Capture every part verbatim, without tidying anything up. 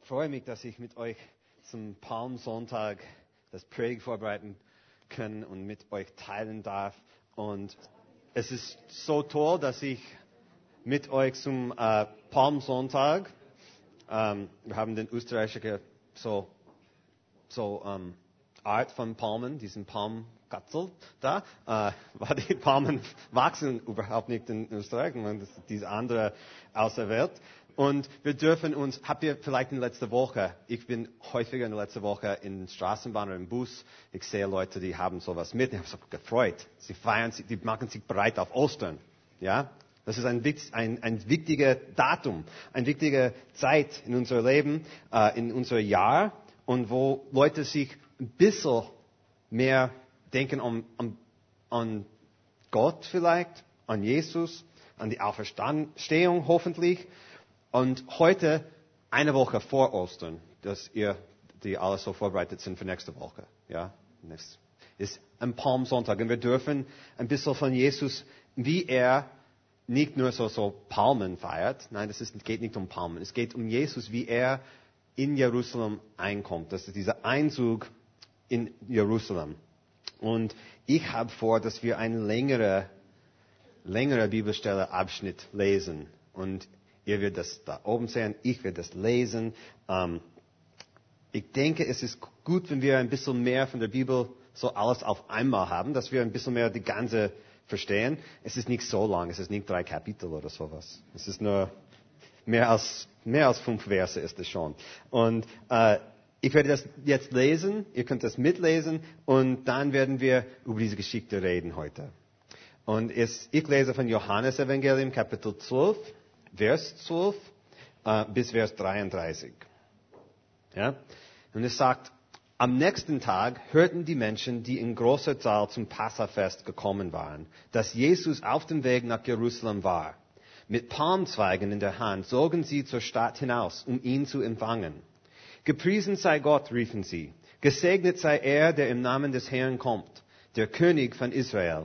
freue mich, dass ich mit euch zum Palmsonntag das Predigt vorbereiten kann und mit euch teilen darf. Und es ist so toll, dass ich mit euch zum äh, Palmsonntag, ähm, wir haben den österreichischen so, so ähm, Art von Palmen, diesen Palmgatzel da, äh, weil die Palmen wachsen überhaupt nicht in Österreich, das ist diese andere aus der Welt. Und wir dürfen uns, habt ihr vielleicht in letzter Woche, ich bin häufiger in der letzten Woche in Straßenbahn oder im Bus, ich sehe Leute, die haben sowas mit, ich habe so gefreut. Sie feiern, die machen sich bereit auf Ostern. Ja, das ist ein, ein, ein wichtiger Datum, eine wichtige Zeit in unserem Leben, äh, in unser Jahr, und wo Leute sich ein bisschen mehr denken an, an, an Gott vielleicht, an Jesus, an die Auferstehung hoffentlich. Und heute, eine Woche vor Ostern, dass ihr, die alle so vorbereitet sind für nächste Woche, ja, das ist ein Palmsonntag. Und wir dürfen ein bisschen von Jesus, wie er nicht nur so, so Palmen feiert. Nein, das ist, geht nicht um Palmen. Es geht um Jesus, wie er in Jerusalem einkommt. Das ist dieser Einzug in Jerusalem. Und ich habe vor, dass wir einen längeren, längeren Bibelstelle-Abschnitt lesen. Und ihr werdet das da oben sehen, ich werde das lesen. Ähm, ich denke, es ist gut, wenn wir ein bisschen mehr von der Bibel so alles auf einmal haben, dass wir ein bisschen mehr die ganze verstehen. Es ist nicht so lang, es ist nicht drei Kapitel oder sowas. Es ist nur mehr als, mehr als fünf Verse ist es schon. Und äh, ich werde das jetzt lesen, ihr könnt das mitlesen, und dann werden wir über diese Geschichte reden heute. Und es, ich lese von Johannes Evangelium, Kapitel zwölf, Vers zwölf äh, bis Vers dreiunddreißig. Ja? Und es sagt, am nächsten Tag hörten die Menschen, die in großer Zahl zum Passafest gekommen waren, dass Jesus auf dem Weg nach Jerusalem war. Mit Palmzweigen in der Hand zogen sie zur Stadt hinaus, um ihn zu empfangen. Gepriesen sei Gott, riefen sie. Gesegnet sei er, der im Namen des Herrn kommt, der König von Israel.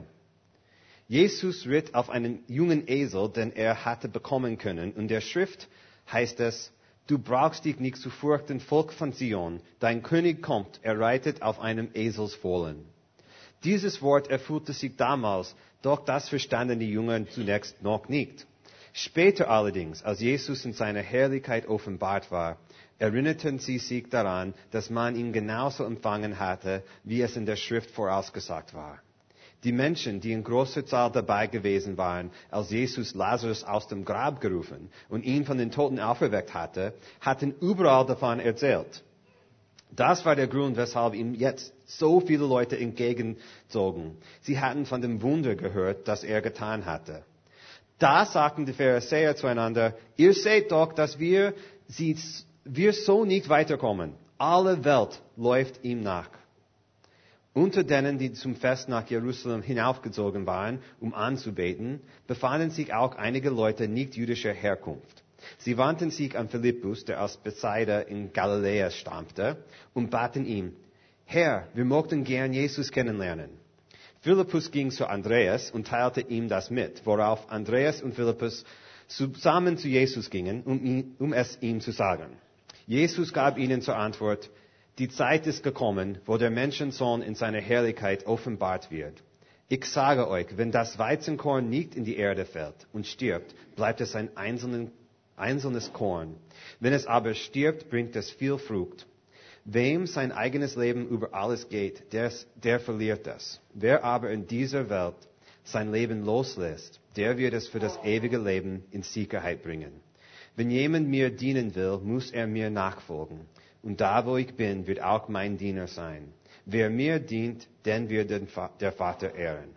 Jesus ritt auf einen jungen Esel, den er hatte bekommen können. Und in der Schrift heißt es, du brauchst dich nicht zu fürchten, Volk von Zion. Dein König kommt, er reitet auf einem Eselsfohlen. Dieses Wort erfüllte sich damals, doch das verstanden die Jünger zunächst noch nicht. Später allerdings, als Jesus in seiner Herrlichkeit offenbart war, erinnerten sie sich daran, dass man ihn genauso empfangen hatte, wie es in der Schrift vorausgesagt war. Die Menschen, die in großer Zahl dabei gewesen waren, als Jesus Lazarus aus dem Grab gerufen und ihn von den Toten auferweckt hatte, hatten überall davon erzählt. Das war der Grund, weshalb ihm jetzt so viele Leute entgegenzogen. Sie hatten von dem Wunder gehört, das er getan hatte. Da sagten die Pharisäer zueinander, ihr seht doch, dass wir, sie, wir so nicht weiterkommen. Alle Welt läuft ihm nach. Unter denen, die zum Fest nach Jerusalem hinaufgezogen waren, um anzubeten, befanden sich auch einige Leute nicht jüdischer Herkunft. Sie wandten sich an Philippus, der aus Bethsaida in Galiläa stammte, und baten ihn, Herr, wir möchten gern Jesus kennenlernen. Philippus ging zu Andreas und teilte ihm das mit, worauf Andreas und Philippus zusammen zu Jesus gingen, um, ihn, um es ihm zu sagen. Jesus gab ihnen zur Antwort, die Zeit ist gekommen, wo der Menschensohn in seiner Herrlichkeit offenbart wird. Ich sage euch, wenn das Weizenkorn nicht in die Erde fällt und stirbt, bleibt es ein einzelnen, einzelnes Korn. Wenn es aber stirbt, bringt es viel Frucht. Wem sein eigenes Leben über alles geht, der, der verliert es. Wer aber in dieser Welt sein Leben loslässt, der wird es für das ewige Leben in Sicherheit bringen. Wenn jemand mir dienen will, muss er mir nachfolgen. Und da, wo ich bin, wird auch mein Diener sein. Wer mir dient, den wird der Vater ehren.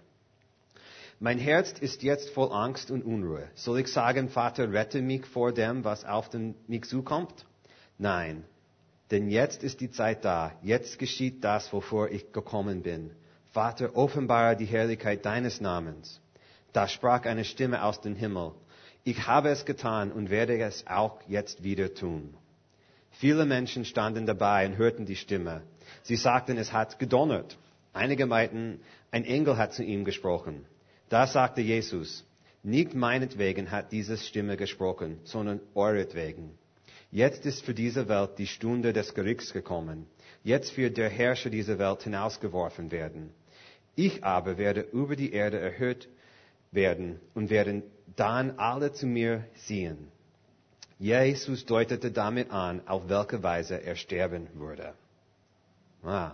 Mein Herz ist jetzt voll Angst und Unruhe. Soll ich sagen, Vater, rette mich vor dem, was auf den, mich zukommt? Nein, denn jetzt ist die Zeit da. Jetzt geschieht das, wovor ich gekommen bin. Vater, offenbare die Herrlichkeit deines Namens. Da sprach eine Stimme aus dem Himmel. Ich habe es getan und werde es auch jetzt wieder tun. Viele Menschen standen dabei und hörten die Stimme. Sie sagten, es hat gedonnert. Einige meinten, ein Engel hat zu ihm gesprochen. Da sagte Jesus, nicht meinetwegen hat diese Stimme gesprochen, sondern euretwegen. Jetzt ist für diese Welt die Stunde des Gerichts gekommen. Jetzt wird der Herrscher dieser Welt hinausgeworfen werden. Ich aber werde über die Erde erhöht werden und werden dann alle zu mir ziehen. Jesus deutete damit an, auf welche Weise er sterben würde. Ah.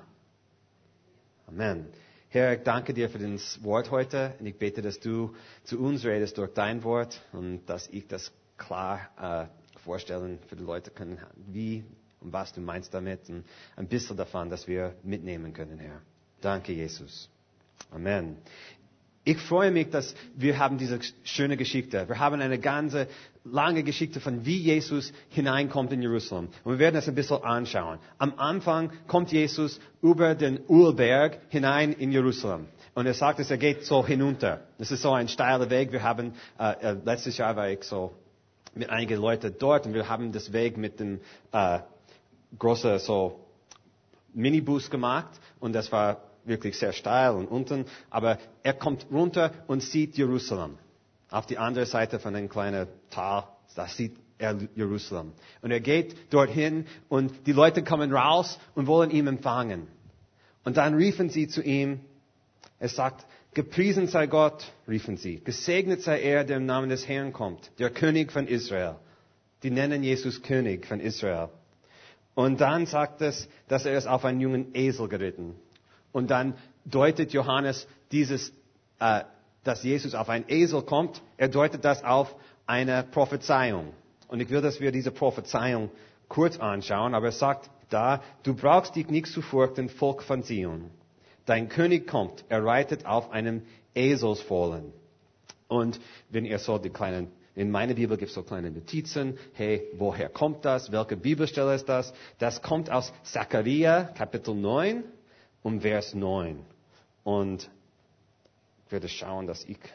Amen. Herr, ich danke dir für das Wort heute und ich bete, dass du zu uns redest durch dein Wort und dass ich das klar äh, vorstellen für die Leute können, wie und was du meinst damit und ein bisschen davon, dass wir mitnehmen können, Herr. Danke, Jesus. Amen. Ich freue mich, dass wir haben diese schöne Geschichte. Wir haben eine ganze lange Geschichte von wie Jesus hineinkommt in Jerusalem. Und wir werden das ein bisschen anschauen. Am Anfang kommt Jesus über den Ölberg hinein in Jerusalem. Und er sagt, dass er geht so hinunter. Das ist so ein steiler Weg. Wir haben, äh, letztes Jahr war ich so mit einigen Leuten dort und wir haben das Weg mit dem äh, großen so Minibus gemacht. Und das war wirklich sehr steil und unten, aber er kommt runter und sieht Jerusalem. Auf die andere Seite von einem kleinen Tal, da sieht er Jerusalem. Und er geht dorthin und die Leute kommen raus und wollen ihn empfangen. Und dann riefen sie zu ihm, er sagt, gepriesen sei Gott, riefen sie, gesegnet sei er, der im Namen des Herrn kommt, der König von Israel. Die nennen Jesus König von Israel. Und dann sagt es, dass er ist auf einen jungen Esel geritten. Und dann deutet Johannes dieses, äh, dass Jesus auf einen Esel kommt, er deutet das auf eine Prophezeiung. Und ich will, dass wir diese Prophezeiung kurz anschauen, aber er sagt da, du brauchst dich nicht zu fürchten, Volk von Zion. Dein König kommt, er reitet auf einem Eselsfohlen. Und wenn ihr so die kleinen, in meiner Bibel gibt es so kleine Notizen, hey, woher kommt das? Welche Bibelstelle ist das? Das kommt aus Zachariah, Kapitel neun. Um Vers neun. Und ich werde schauen, dass ich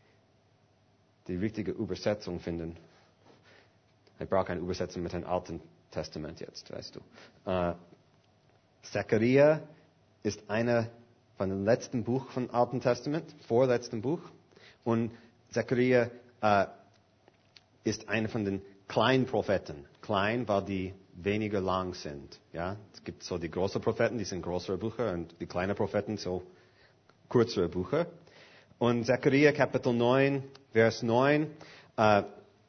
die richtige Übersetzung finde. Ich brauche eine Übersetzung mit dem Alten Testament jetzt, weißt du. Äh, Zachariah ist einer von dem letzten Buch vom Alten Testament, vorletzten Buch. Und Zachariah äh, ist einer von den kleinen Propheten. Klein, weil die weniger lang sind. Ja, es gibt so die großen Propheten, die sind größere Bücher und die kleinen Propheten so kürzere Bücher. Und Zachariah Kapitel neun, Vers neun, äh,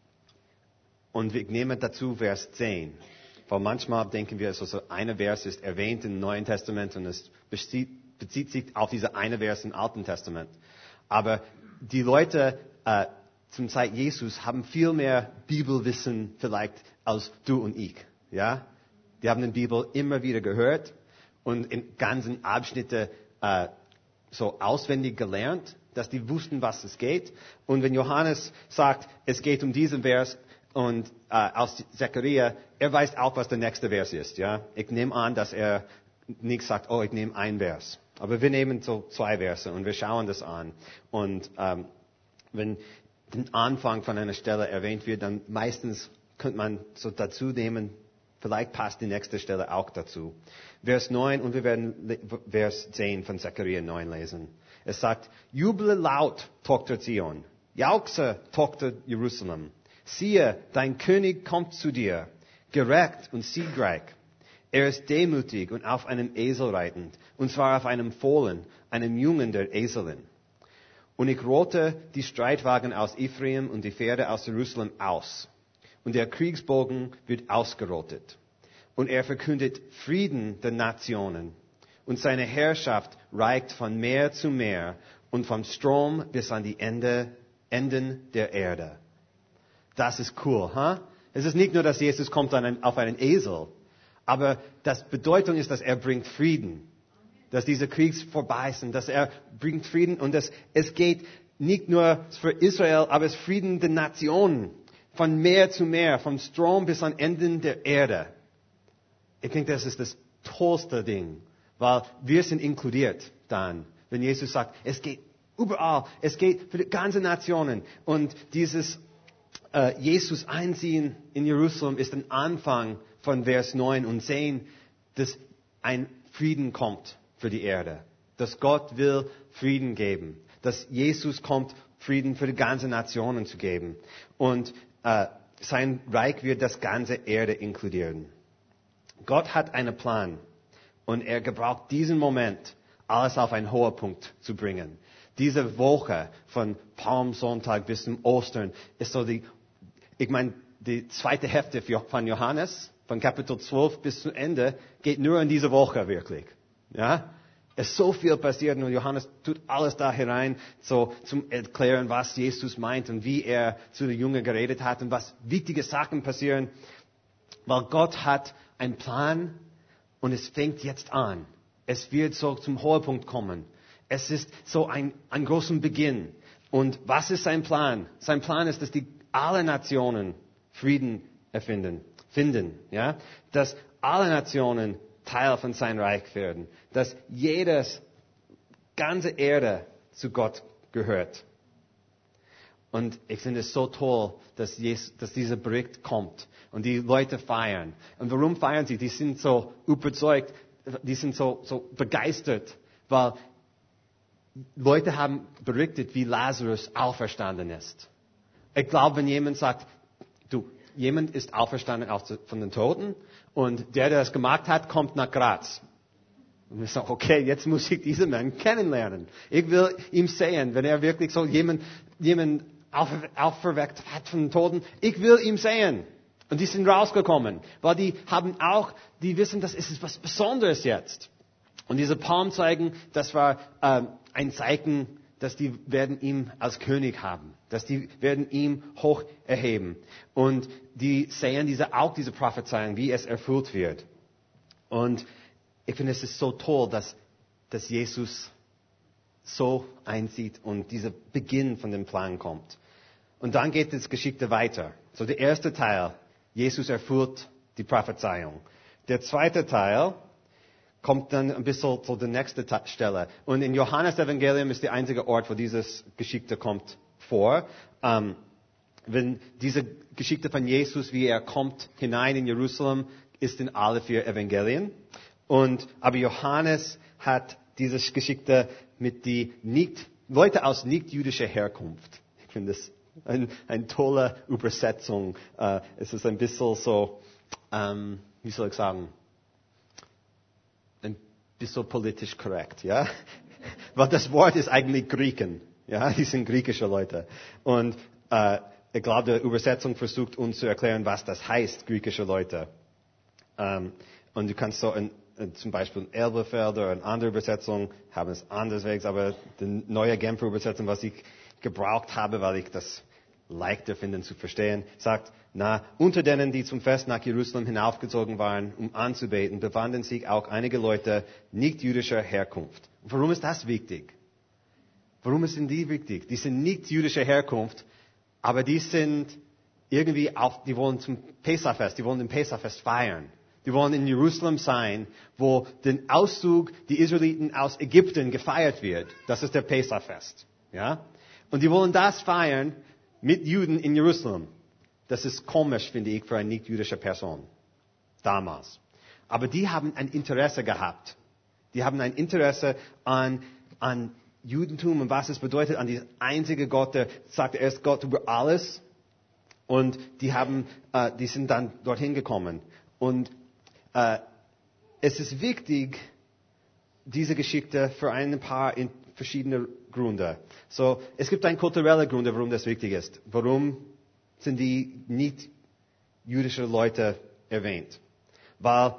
und ich nehme dazu Vers zehn. Weil manchmal denken wir, so, so eine Vers ist erwähnt im Neuen Testament und es bezieht, bezieht sich auf diese eine Vers im Alten Testament. Aber die Leute äh, zum Zeit Jesus haben viel mehr Bibelwissen vielleicht als du und ich. Ja, die haben die Bibel immer wieder gehört und in ganzen Abschnitte äh, so auswendig gelernt, dass die wussten, was es geht. Und wenn Johannes sagt, es geht um diesen Vers und äh, aus Zachariah, er weiß auch, was der nächste Vers ist. Ja, ich nehme an, dass er nicht sagt, oh, ich nehme ein Vers. Aber wir nehmen so zwei Verse und wir schauen das an. Und ähm, wenn der Anfang von einer Stelle erwähnt wird, dann meistens könnte man so dazu nehmen, vielleicht passt die nächste Stelle auch dazu. Vers neun und wir werden Vers zehn von Zachariah neun lesen. Es sagt, juble laut, Tochter Zion, jauchze, Tochter Jerusalem. Siehe, dein König kommt zu dir, gerecht und siegreich. Er ist demütig und auf einem Esel reitend, und zwar auf einem Fohlen, einem Jungen der Eselin. Und ich rote die Streitwagen aus Ephraim und die Pferde aus Jerusalem aus. Und der Kriegsbogen wird ausgerottet. Und er verkündet Frieden der Nationen. Und seine Herrschaft reicht von Meer zu Meer und vom Strom bis an die Ende, Enden der Erde. Das ist cool, ha? Huh? Es ist nicht nur, dass Jesus kommt auf einen Esel, aber das Bedeutung ist, dass er bringt Frieden. Dass diese Kriege vorbei sind, dass er bringt Frieden und dass es geht nicht nur für Israel, aber es ist Frieden der Nationen. Von Meer zu Meer, vom Strom bis an Enden der Erde. Ich denke, das ist das tollste Ding, weil wir sind inkludiert dann, wenn Jesus sagt, es geht überall, es geht für die ganze Nationen. Und dieses äh, Jesus einziehen in Jerusalem ist ein Anfang von Vers neun und zehn, dass ein Frieden kommt für die Erde. Dass Gott will Frieden geben. Dass Jesus kommt, Frieden für die ganze Nationen zu geben. Und äh, sein Reich wird das ganze Erde inkludieren. Gott hat einen Plan und er gebraucht diesen Moment, alles auf einen hohen Punkt zu bringen. Diese Woche von Palmsonntag bis zum Ostern ist so die, ich meine, die zweite Hälfte von Johannes, von Kapitel zwölf bis zum Ende, geht nur in diese Woche wirklich. Ja? Es ist so viel passiert und Johannes tut alles da hinein, so zum Erklären, was Jesus meint und wie er zu den Jüngern geredet hat und was wichtige Sachen passieren. Weil Gott hat einen Plan und es fängt jetzt an. Es wird so zum Höhepunkt kommen. Es ist so ein, ein großer Beginn. Und was ist sein Plan? Sein Plan ist, dass die alle Nationen Frieden erfinden, finden, ja? Dass alle Nationen Teil von seinem Reich werden, dass jedes ganze Erde zu Gott gehört. Und ich finde es so toll, dass, Jesus, dass dieser Bericht kommt und die Leute feiern. Und warum feiern sie? Die sind so überzeugt, die sind so, so begeistert, weil Leute haben berichtet, wie Lazarus auferstanden ist. Ich glaube, wenn jemand sagt, du, jemand ist auferstanden von den Toten und der, der das gemacht hat, kommt nach Graz. Und wir sagen, okay, jetzt muss ich diesen Mann kennenlernen. Ich will ihn sehen, wenn er wirklich so jemand, jemand auferweckt hat von den Toten. Ich will ihn sehen. Und die sind rausgekommen, weil die haben auch, die wissen, das ist was Besonderes jetzt. Und diese Palmzeigen, das war äh, ein Zeichen, dass die werden ihn als König haben, dass die werden ihn hoch erheben. Und die sehen diese, auch diese Prophezeiung, wie es erfüllt wird. Und ich finde, es ist so toll, dass, dass Jesus so einzieht und dieser Beginn von dem Plan kommt. Und dann geht das Geschichte weiter. So der erste Teil, Jesus erfüllt die Prophezeiung. Der zweite Teil kommt dann ein bisschen zu der nächsten Stelle. Und in Johannes Evangelium ist der einzige Ort, wo dieses Geschichte kommt vor. Ähm, wenn diese Geschichte von Jesus, wie er kommt hinein in Jerusalem, ist in alle vier Evangelien. Und, aber Johannes hat diese Geschichte mit die nicht, Leute aus nicht-jüdischer Herkunft. Ich finde das eine ein tolle Übersetzung. Äh, es ist ein bisschen so, ähm, wie soll ich sagen, ein bisschen politisch korrekt, ja? Weil das Wort ist eigentlich Griechen, ja? Die sind griechische Leute. Und äh, ich glaube, die Übersetzung versucht uns zu erklären, was das heißt, griechische Leute. Ähm, und du kannst so ein, zum Beispiel in Elberfelder oder eine andere Übersetzung haben es anderswegs, aber die neue Genfer Übersetzung, was ich gebraucht habe, weil ich das leichter finde zu verstehen, sagt, na, unter denen, die zum Fest nach Jerusalem hinaufgezogen waren, um anzubeten, befanden sich auch einige Leute nicht jüdischer Herkunft. Warum ist das wichtig? Warum sind die wichtig? Die sind nicht jüdischer Herkunft, aber die sind irgendwie auf, die wollen zum Pesachfest, die wollen den Pesachfest feiern. Die wollen in Jerusalem sein, wo den Auszug der Israeliten aus Ägypten gefeiert wird. Das ist der Pesachfest. Ja? Und die wollen das feiern mit Juden in Jerusalem. Das ist komisch, finde ich, für eine nicht-jüdische Person. Damals. Aber die haben ein Interesse gehabt. Die haben ein Interesse an, an Judentum und was es bedeutet, an diesen einzigen Gott, der sagt, er ist Gott über alles. Und die haben, äh, die sind dann dorthin gekommen. Und äh, es ist wichtig, diese Geschichte für ein paar in verschiedene Gründe. So, es gibt einen kulturellen Grund, warum das wichtig ist. Warum sind die nicht jüdische Leute erwähnt? Weil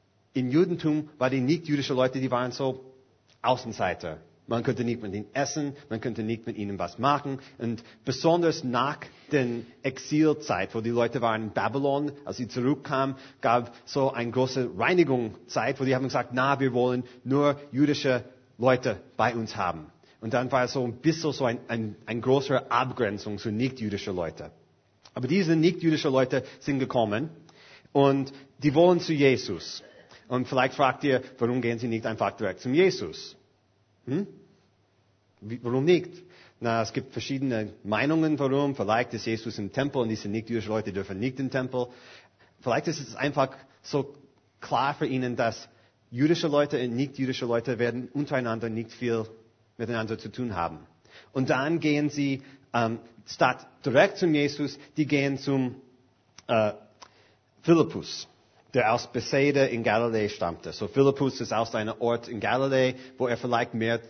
im Judentum waren die nicht jüdische Leute, die waren so Außenseiter. Man könnte nicht mit ihnen essen, man könnte nicht mit ihnen was machen. Und besonders nach der Exilzeit, wo die Leute waren in Babylon, als sie zurückkamen, gab so eine große Reinigungszeit, wo die haben gesagt, na, wir wollen nur jüdische Leute bei uns haben. Und dann war es so ein bisschen so ein, ein, eine größere Abgrenzung zu nicht-jüdischen Leuten. Aber diese nicht-jüdischen Leute sind gekommen und die wollen zu Jesus. Und vielleicht fragt ihr, warum gehen sie nicht einfach direkt zum Jesus? Hm? Wie, warum nicht? Na, es gibt verschiedene Meinungen, warum. Vielleicht ist Jesus im Tempel und diese nicht-jüdischen Leute dürfen nicht im Tempel. Vielleicht ist es einfach so klar für ihnen, dass jüdische Leute und nicht-jüdische Leute werden untereinander nicht viel miteinander zu tun haben. Und dann gehen sie, ähm, statt direkt zum Jesus, die gehen zum äh, Philippus, der aus Bethsaida in Galiläa stammte. So Philippus ist aus einem Ort in Galiläa, wo er vielleicht mehr,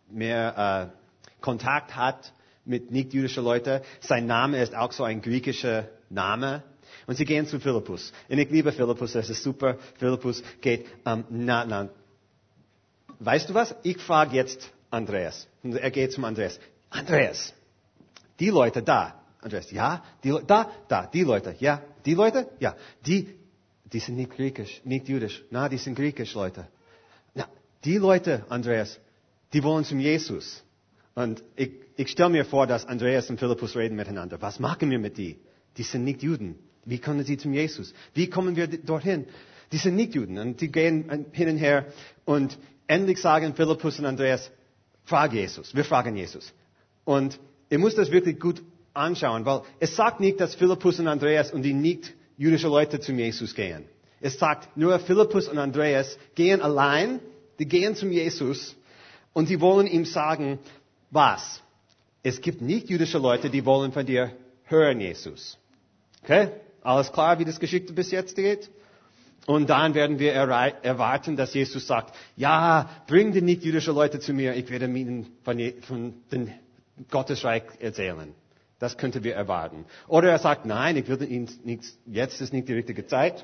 mehr äh, Kontakt hat mit nicht-jüdischen Leuten. Sein Name ist auch so ein griechischer Name. Und sie gehen zu Philippus. Und ich liebe Philippus, das ist super. Philippus geht, ähm, na, na, weißt du was? Ich frage jetzt Andreas. Und er geht zum Andreas. Andreas, die Leute da. Andreas, ja, die Leute, da, da, die Leute, ja, die Leute, ja, die, die sind nicht griechisch, nicht jüdisch. Na, die sind griechisch, Leute. Na, die Leute, Andreas, die wollen zum Jesus. Und ich, ich stelle mir vor, dass Andreas und Philippus reden miteinander. Was machen wir mit die? Die sind nicht Juden. Wie kommen sie zum Jesus? Wie kommen wir dorthin? Die sind nicht Juden. Und die gehen hin und her. Und endlich sagen Philippus und Andreas, frag Jesus. Wir fragen Jesus. Und ihr müsst das wirklich gut anschauen, weil es sagt nicht, dass Philippus und Andreas und die nicht-jüdischen Leute zum Jesus gehen. Es sagt nur, Philippus und Andreas gehen allein, die gehen zum Jesus und die wollen ihm sagen, was? Es gibt nicht-jüdische Leute, die wollen von dir hören, Jesus. Okay? Alles klar, wie das Geschichte bis jetzt geht? Und dann werden wir erwarten, dass Jesus sagt, ja, bring die nicht-jüdischen Leute zu mir, ich werde ihnen von, von dem Gottesreich erzählen. Das könnten wir erwarten. Oder er sagt, nein, ich will Ihnen nichts, jetzt ist nicht die richtige Zeit.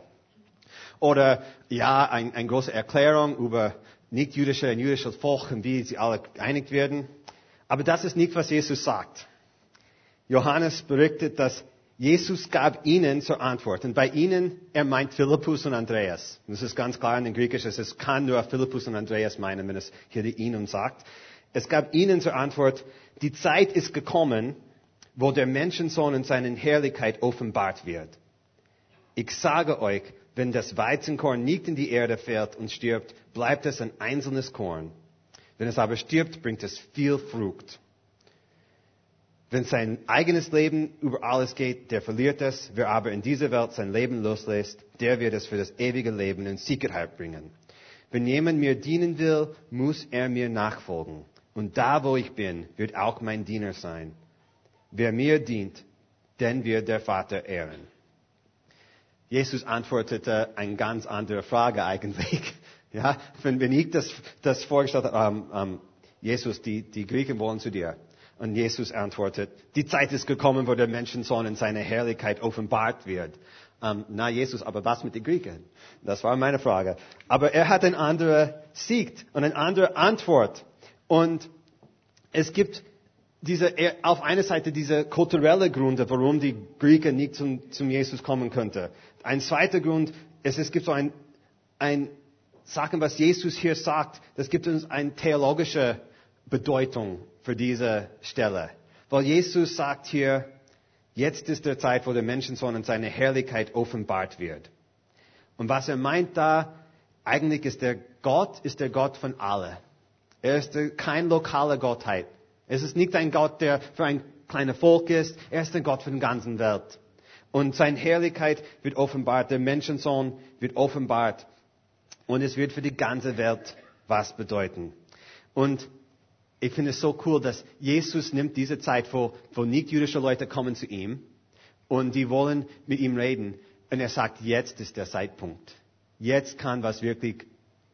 Oder ja, ein, eine große Erklärung über nicht-jüdische und jüdische Volk und wie sie alle geeinigt werden. Aber das ist nicht, was Jesus sagt. Johannes berichtet, dass Jesus gab ihnen zur Antwort. Und bei ihnen, er meint Philippus und Andreas. Das ist ganz klar in den Griechisch, es kann nur Philippus und Andreas meinen, wenn es hier die ihnen sagt. Es gab ihnen zur Antwort, die Zeit ist gekommen, wo der Menschensohn in seiner Herrlichkeit offenbart wird. Ich sage euch, wenn das Weizenkorn nicht in die Erde fällt und stirbt, bleibt es ein einzelnes Korn. Wenn es aber stirbt, bringt es viel Frucht. Wenn sein eigenes Leben über alles geht, der verliert es. Wer aber in dieser Welt sein Leben loslässt, der wird es für das ewige Leben in Sicherheit bringen. Wenn jemand mir dienen will, muss er mir nachfolgen. Und da, wo ich bin, wird auch mein Diener sein. Wer mir dient, den wird der Vater ehren. Jesus antwortete eine ganz andere Frage eigentlich. Ja, wenn, wenn ich das, das vorgestellt habe, ähm, ähm, Jesus, die, die Griechen wollen zu dir. Und Jesus antwortet, die Zeit ist gekommen, wo der Menschensohn in seiner Herrlichkeit offenbart wird. Ähm, na Jesus, aber was mit den Griechen? Das war meine Frage. Aber er hat eine andere Sicht und eine andere Antwort. Und es gibt diese, auf einer Seite diese kulturelle Gründe, warum die Griechen nicht zum, zum Jesus kommen könnten. Ein zweiter Grund ist, es gibt so ein, ein Sachen, was Jesus hier sagt, das gibt uns eine theologische Bedeutung für diese Stelle. Weil Jesus sagt hier, jetzt ist der Zeit, wo der Menschensohn in seiner Herrlichkeit offenbart wird. Und was er meint da, eigentlich ist der Gott, ist der Gott von allen. Er ist kein lokaler Gottheit. Es ist nicht ein Gott, der für ein kleines Volk ist. Er ist der Gott für die ganze Welt. Und seine Herrlichkeit wird offenbart. Der Menschensohn wird offenbart. Und es wird für die ganze Welt was bedeuten. Und ich finde es so cool, dass Jesus nimmt diese Zeit, wo, wo nicht-jüdische Leute kommen zu ihm. Und die wollen mit ihm reden. Und er sagt, jetzt ist der Zeitpunkt. Jetzt kann was wirklich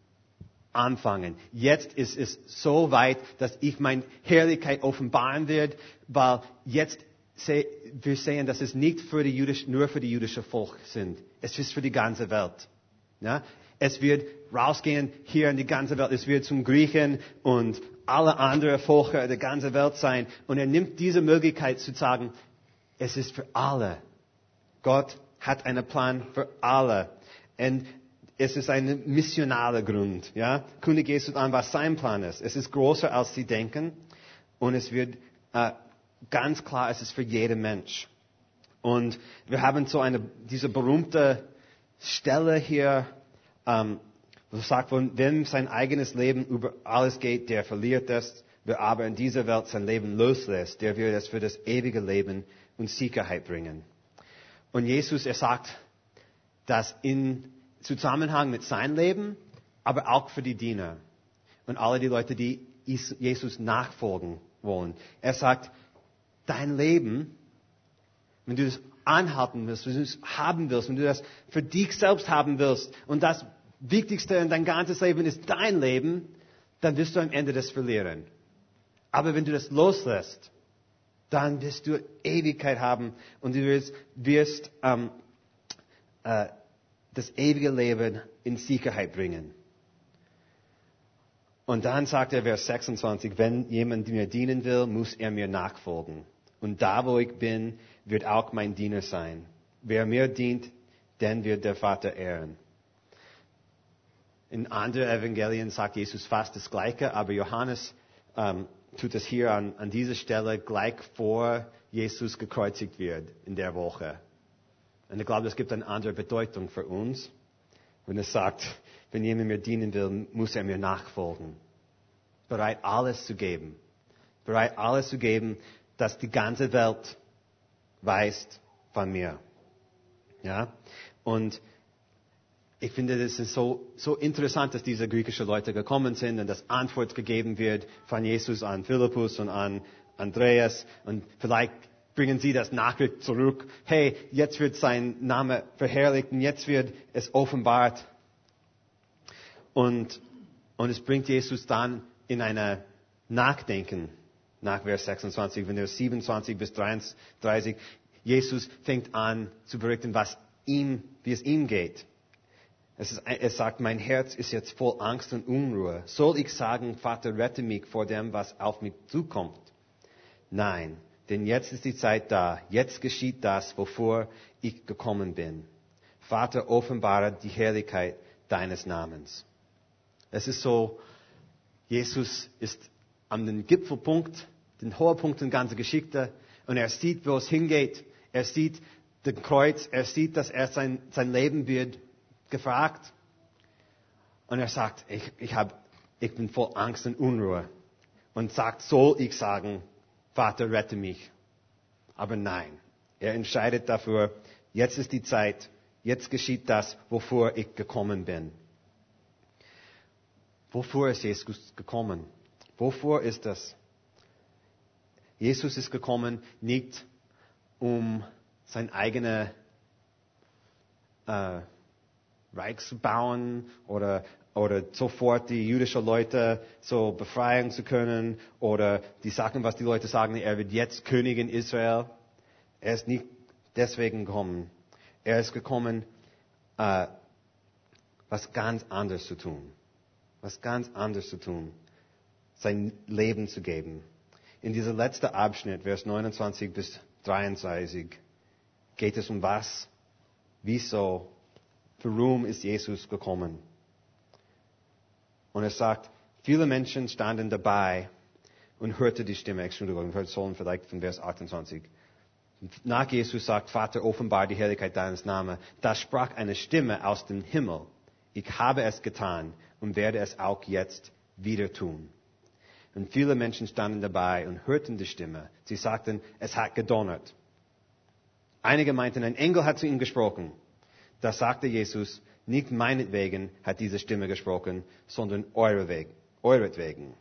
anfangen. Jetzt ist es so weit, dass ich meine Herrlichkeit offenbaren werde, weil jetzt se- wir sehen, dass es nicht für die jüdisch, nur für die jüdische Volk sind. Es ist für die ganze Welt. Ja? Es wird rausgehen hier in die ganze Welt. Es wird zum Griechen und alle anderen Völker der ganzen Welt sein. Und er nimmt diese Möglichkeit zu sagen, es ist für alle. Gott hat einen Plan für alle. Und es ist ein missionaler Grund. Ja? Kündigt Jesus an, was sein Plan ist. Es ist größer, als sie denken. Und es wird äh, ganz klar, es ist für jeden Mensch. Und wir haben so eine, diese berühmte Stelle hier, ähm, wo es sagt, wenn sein eigenes Leben über alles geht, der verliert es. Wer aber in dieser Welt sein Leben loslässt, der wird es für das ewige Leben und Sicherheit bringen. Und Jesus, er sagt, dass in Zusammenhang mit seinem Leben, aber auch für die Diener und alle die Leute, die Jesus nachfolgen wollen. Er sagt, dein Leben, wenn du es anhalten willst, wenn du es haben willst, wenn du das für dich selbst haben willst und das Wichtigste in dein ganzes Leben ist dein Leben, dann wirst du am Ende das verlieren. Aber wenn du das loslässt, dann wirst du Ewigkeit haben und du wirst, wirst ähm, äh, das ewige Leben in Sicherheit bringen. Und dann sagt er, Vers sechsundzwanzig, wenn jemand mir dienen will, muss er mir nachfolgen. Und da, wo ich bin, wird auch mein Diener sein. Wer mir dient, den wird der Vater ehren. In anderen Evangelien sagt Jesus fast das Gleiche, aber Johannes ähm, tut es hier an, an dieser Stelle gleich vor Jesus gekreuzigt wird in der Woche. Und ich glaube, es gibt eine andere Bedeutung für uns, wenn es sagt, wenn jemand mir dienen will, muss er mir nachfolgen. Bereit, alles zu geben. Bereit, alles zu geben, dass die ganze Welt weiß von mir. Ja? Und ich finde, das ist so, so interessant, dass diese griechischen Leute gekommen sind und dass Antwort gegeben wird von Jesus an Philippus und an Andreas. Und vielleicht bringen sie das Nachricht zurück. Hey, jetzt wird sein Name verherrlicht und jetzt wird es offenbart. Und, und es bringt Jesus dann in eine Nachdenken nach Vers sechsundzwanzig, wenn er siebenundzwanzig bis dreiunddreißig, Jesus fängt an zu berichten, was ihm, wie es ihm geht. Es, ist, es sagt, mein Herz ist jetzt voll Angst und Unruhe. Soll ich sagen, Vater, rette mich vor dem, was auf mich zukommt? Nein, denn jetzt ist die Zeit da. Jetzt geschieht das, wovor ich gekommen bin. Vater, offenbare die Herrlichkeit deines Namens. Es ist so, Jesus ist an den Gipfelpunkt, den Höhepunkt der ganzen Geschichte, und er sieht, wo es hingeht. Er sieht den Kreuz, er sieht, dass er sein, sein Leben wird gefragt. Und er sagt, ich, ich, hab, ich bin voll Angst und Unruhe. Und sagt, soll ich sagen, Vater, rette mich? Aber nein, er entscheidet dafür, jetzt ist die Zeit, jetzt geschieht das, wofür ich gekommen bin. Wofür ist Jesus gekommen? Wofür ist das? Jesus ist gekommen, nicht um sein eigenes äh, Reich zu bauen oder, oder sofort die jüdischen Leute so befreien zu können oder die Sachen, was die Leute sagen, er wird jetzt König in Israel. Er ist nicht deswegen gekommen. Er ist gekommen, äh, was ganz anderes zu tun. Was ganz anderes zu tun. Sein Leben zu geben. In dieser letzten Abschnitt, Vers neunundzwanzig bis dreiunddreißig, geht es um was, wieso, warum ist Jesus gekommen. Und er sagt, viele Menschen standen dabei und hörten die Stimme. Entschuldigung, wir sollen vielleicht von Vers achtundzwanzig. Nach Jesus sagt, Vater, offenbar die Herrlichkeit deines Namens. Da sprach eine Stimme aus dem Himmel. Ich habe es getan und werde es auch jetzt wieder tun. Und viele Menschen standen dabei und hörten die Stimme. Sie sagten, es hat gedonnert. Einige meinten, ein Engel hat zu ihnen gesprochen. Da sagte Jesus, nicht meinetwegen hat diese Stimme gesprochen, sondern euretwegen.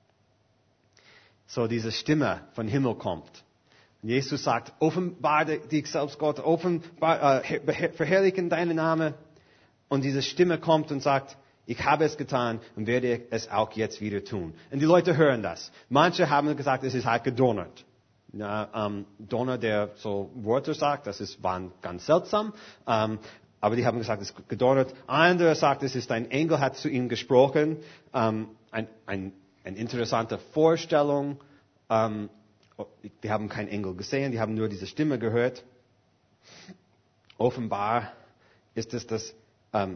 So diese Stimme von Himmel kommt. Und Jesus sagt, offenbare dich selbst Gott, offenbar, äh, verherrlichen deinen Namen. Und diese Stimme kommt und sagt, ich habe es getan und werde es auch jetzt wieder tun. Und die Leute hören das. Manche haben gesagt, es ist halt gedonnert. Ja, ähm, Donner, der so Worte sagt, das ist, war ganz seltsam. Ähm, aber die haben gesagt, es ist gedonnert. Andere sagt, es ist ein Engel, hat zu ihnen gesprochen. Ähm, ein, ein, eine interessante Vorstellung. Ähm, die haben keinen Engel gesehen, die haben nur diese Stimme gehört. Offenbar ist es das, ähm,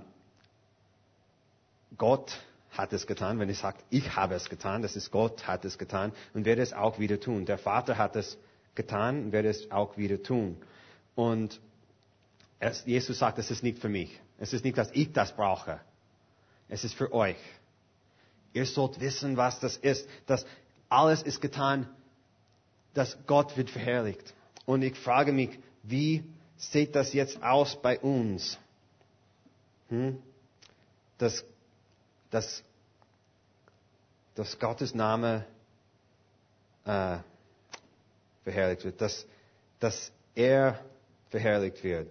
Gott hat es getan. Wenn ich sage, ich habe es getan, das ist Gott hat es getan und werde es auch wieder tun. Der Vater hat es getan und werde es auch wieder tun. Und es, Jesus sagt, es ist nicht für mich. Es ist nicht, dass ich das brauche. Es ist für euch. Ihr sollt wissen, was das ist. Dass alles ist getan, dass Gott wird verherrlicht. Und ich frage mich, wie sieht das jetzt aus bei uns? Hm? Dass Dass, dass Gottes Name äh, verherrlicht wird, dass, dass er verherrlicht wird.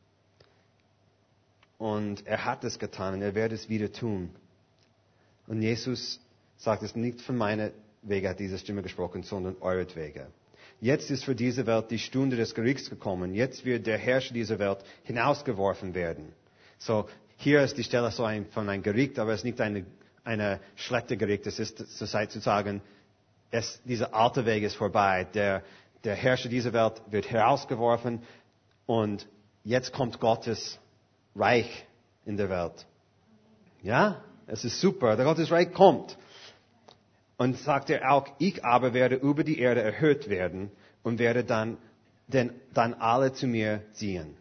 Und er hat es getan und er wird es wieder tun. Und Jesus sagt es nicht von meiner Wege hat diese Stimme gesprochen, sondern euretwege. Jetzt ist für diese Welt die Stunde des Gerichts gekommen. Jetzt wird der Herrscher dieser Welt hinausgeworfen werden. So, hier ist die Stelle so ein, von einem Gericht, aber es ist nicht eine, eine schlechte Gericht. Es ist zur Zeit zu sagen, es, dieser alte Weg ist vorbei. Der, der Herrscher dieser Welt wird herausgeworfen und jetzt kommt Gottes Reich in der Welt. Ja, es ist super. Der Gottes Reich kommt. Und sagt er auch, ich aber werde über die Erde erhöht werden und werde dann, denn, dann alle zu mir ziehen.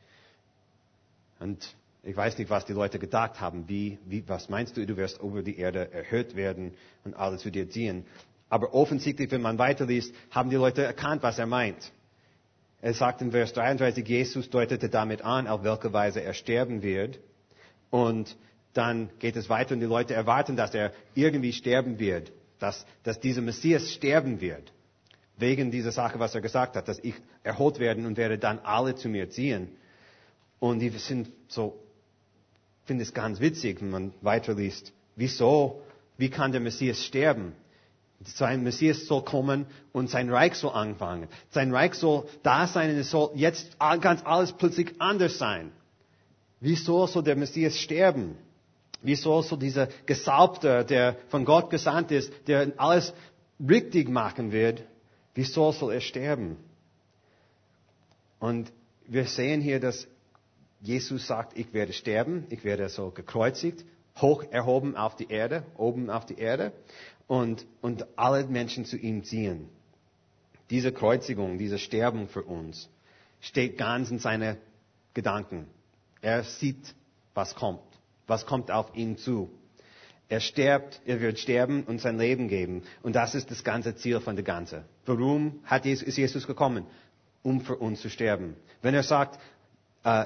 Und ich weiß nicht, was die Leute gedacht haben. Wie, wie, was meinst du, du wirst über die Erde erhöht werden und alle zu dir ziehen? Aber offensichtlich, wenn man weiterliest, haben die Leute erkannt, was er meint. Er sagt in Vers dreiunddreißig, Jesus deutete damit an, auf welche Weise er sterben wird. Und dann geht es weiter und die Leute erwarten, dass er irgendwie sterben wird. Dass, dass dieser Messias sterben wird. Wegen dieser Sache, was er gesagt hat, dass ich erholt werden und werde dann alle zu mir ziehen. Und die sind so, finde es ganz witzig, wenn man weiterliest. Wieso? Wie kann der Messias sterben? Sein Messias soll kommen und sein Reich soll anfangen. Sein Reich soll da sein und es soll jetzt ganz alles plötzlich anders sein. Wieso soll der Messias sterben? Wieso soll dieser Gesalbte, der von Gott gesandt ist, der alles richtig machen wird, wieso soll er sterben? Und wir sehen hier, dass Jesus sagt, ich werde sterben, ich werde so gekreuzigt, hoch erhoben auf die Erde, oben auf die Erde und, und alle Menschen zu ihm ziehen. Diese Kreuzigung, dieses Sterben für uns steht ganz in seinen Gedanken. Er sieht, was kommt. Was kommt auf ihn zu? Er stirbt, er wird sterben und sein Leben geben. Und das ist das ganze Ziel von der Ganze. Warum hat Jesus, ist Jesus gekommen? Um für uns zu sterben. Wenn er sagt, äh,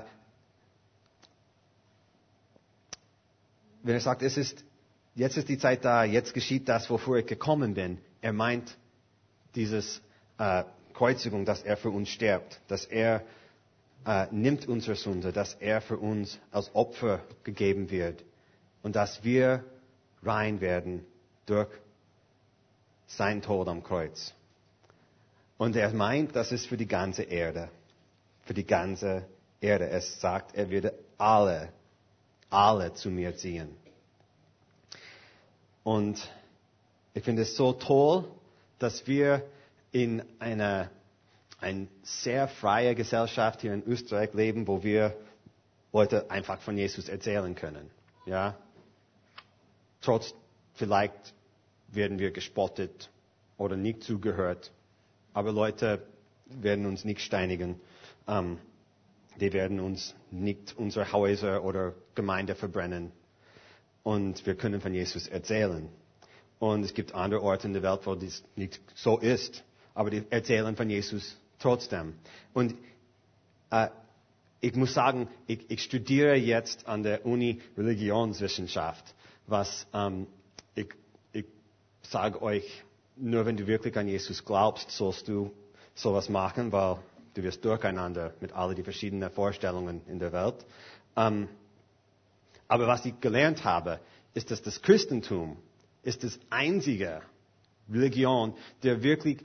wenn er sagt, es ist, jetzt ist die Zeit da, jetzt geschieht das, wofür ich gekommen bin. Er meint dieses äh, Kreuzigung, dass er für uns stirbt, dass er Äh, nimmt unsere Sünde, dass er für uns als Opfer gegeben wird und dass wir rein werden durch seinen Tod am Kreuz. Und er meint, das ist für die ganze Erde, für die ganze Erde. Es sagt, er würde alle, alle zu mir ziehen. Und ich finde es so toll, dass wir in einer eine sehr freie Gesellschaft hier in Österreich leben, wo wir Leute einfach von Jesus erzählen können. Ja? Trotz, vielleicht werden wir gespottet oder nicht zugehört, aber Leute werden uns nicht steinigen. Ähm, die werden uns nicht unsere Häuser oder Gemeinde verbrennen. Und wir können von Jesus erzählen. Und es gibt andere Orte in der Welt, wo dies nicht so ist, aber die erzählen von Jesus trotzdem. Und äh, ich muss sagen, ich, ich studiere jetzt an der Uni Religionswissenschaft, was ähm, ich, ich sage euch, nur wenn du wirklich an Jesus glaubst, sollst du sowas machen, weil du wirst durcheinander mit all die verschiedenen Vorstellungen in der Welt. Ähm, aber was ich gelernt habe, ist, dass das Christentum ist das einzige Religion, der wirklich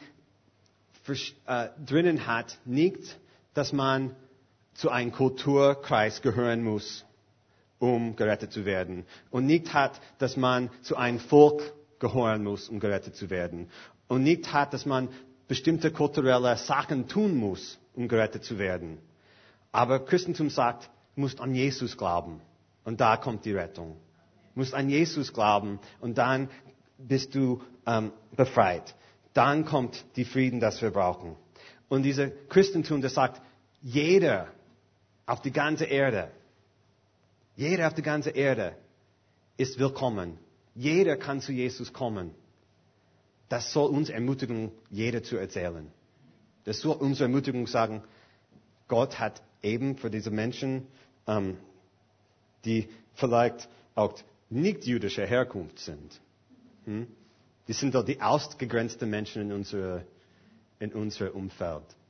Äh, drinnen hat, nicht, dass man zu einem Kulturkreis gehören muss, um gerettet zu werden. Und nicht hat, dass man zu einem Volk gehören muss, um gerettet zu werden. Und nicht hat, dass man bestimmte kulturelle Sachen tun muss, um gerettet zu werden. Aber Christentum sagt, du musst an Jesus glauben. Und da kommt die Rettung. Du musst an Jesus glauben und dann bist du ähm, befreit. Dann kommt die Frieden, das wir brauchen. Und dieser Christentum, das sagt, jeder auf die ganze Erde, jeder auf die ganze Erde ist willkommen. Jeder kann zu Jesus kommen. Das soll uns ermutigen, jeder zu erzählen. Das soll unsere Ermutigung sagen, Gott hat eben für diese Menschen, ähm, die vielleicht auch nicht jüdischer Herkunft sind, hm? Die sind doch die ausgegrenzten Menschen in unserem in unser Umfeld.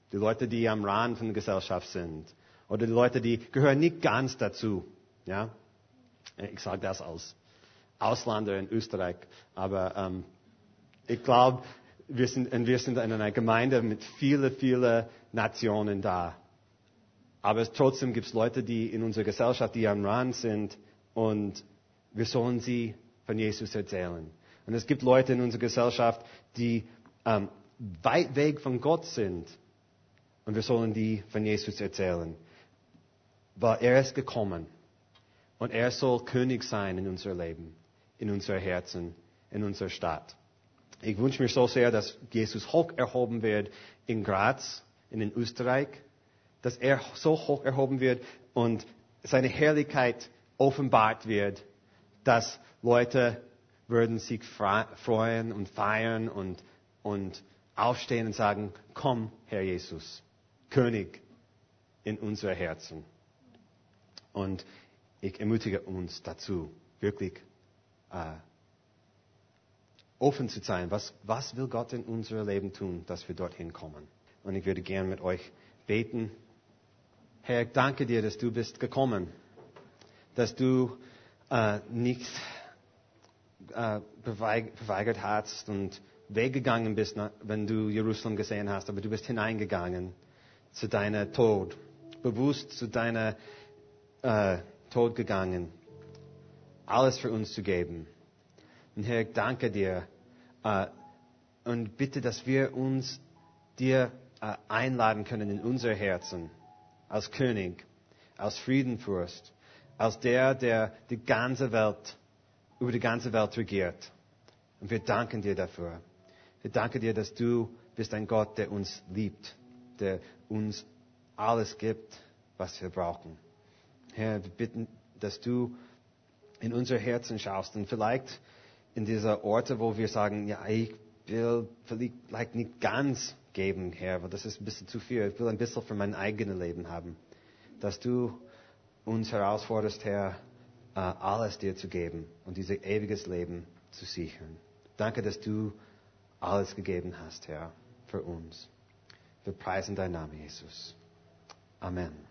Die Leute, die am Rand von der Gesellschaft sind. Oder die Leute, die gehören nicht ganz dazu. Ja? Ich sage das als Ausländer in Österreich. Aber ähm, ich glaube, wir sind, wir sind in einer Gemeinde mit vielen, vielen Nationen da. Aber es, trotzdem gibt es Leute, die in unserer Gesellschaft, die am Rand sind. Und wir sollen sie von Jesus erzählen. Und es gibt Leute in unserer Gesellschaft, die ähm, weit weg von Gott sind. Und wir sollen die von Jesus erzählen. Weil er ist gekommen. Und er soll König sein in unser Leben, in unser Herzen, in unserer Stadt. Ich wünsche mir so sehr, dass Jesus hoch erhoben wird in Graz, in Österreich. Dass er so hoch erhoben wird und seine Herrlichkeit offenbart wird, dass Leute würden sich freuen und feiern und, und aufstehen und sagen, komm, Herr Jesus, König in unser Herzen. Und ich ermutige uns dazu, wirklich äh, offen zu sein. Was, was will Gott in unserem Leben tun, dass wir dorthin kommen? Und ich würde gerne mit euch beten. Herr, ich danke dir, dass du bist gekommen, dass du äh, nicht äh, verweigert hast und weggegangen bist, wenn du Jerusalem gesehen hast, aber du bist hineingegangen zu deiner Tod, bewusst zu deiner äh, Tod gegangen, alles für uns zu geben. Und Herr, ich danke dir äh, und bitte, dass wir uns dir äh, einladen können in unser Herzen, als König, als Friedenfürst, als der, der die ganze Welt, über die ganze Welt regiert. Und wir danken dir dafür. Wir danken dir, dass du bist ein Gott, der uns liebt, der uns alles gibt, was wir brauchen. Herr, wir bitten, dass du in unser Herzen schaust und vielleicht in diese Orte, wo wir sagen, ja, ich will vielleicht nicht ganz geben, Herr, weil das ist ein bisschen zu viel. Ich will ein bisschen für mein eigenes Leben haben. Dass du uns herausforderst, Herr, alles dir zu geben und dieses ewiges Leben zu sichern. Danke, dass du alles gegeben hast, Herr, für uns. Wir preisen deinen Namen, Jesus. Amen.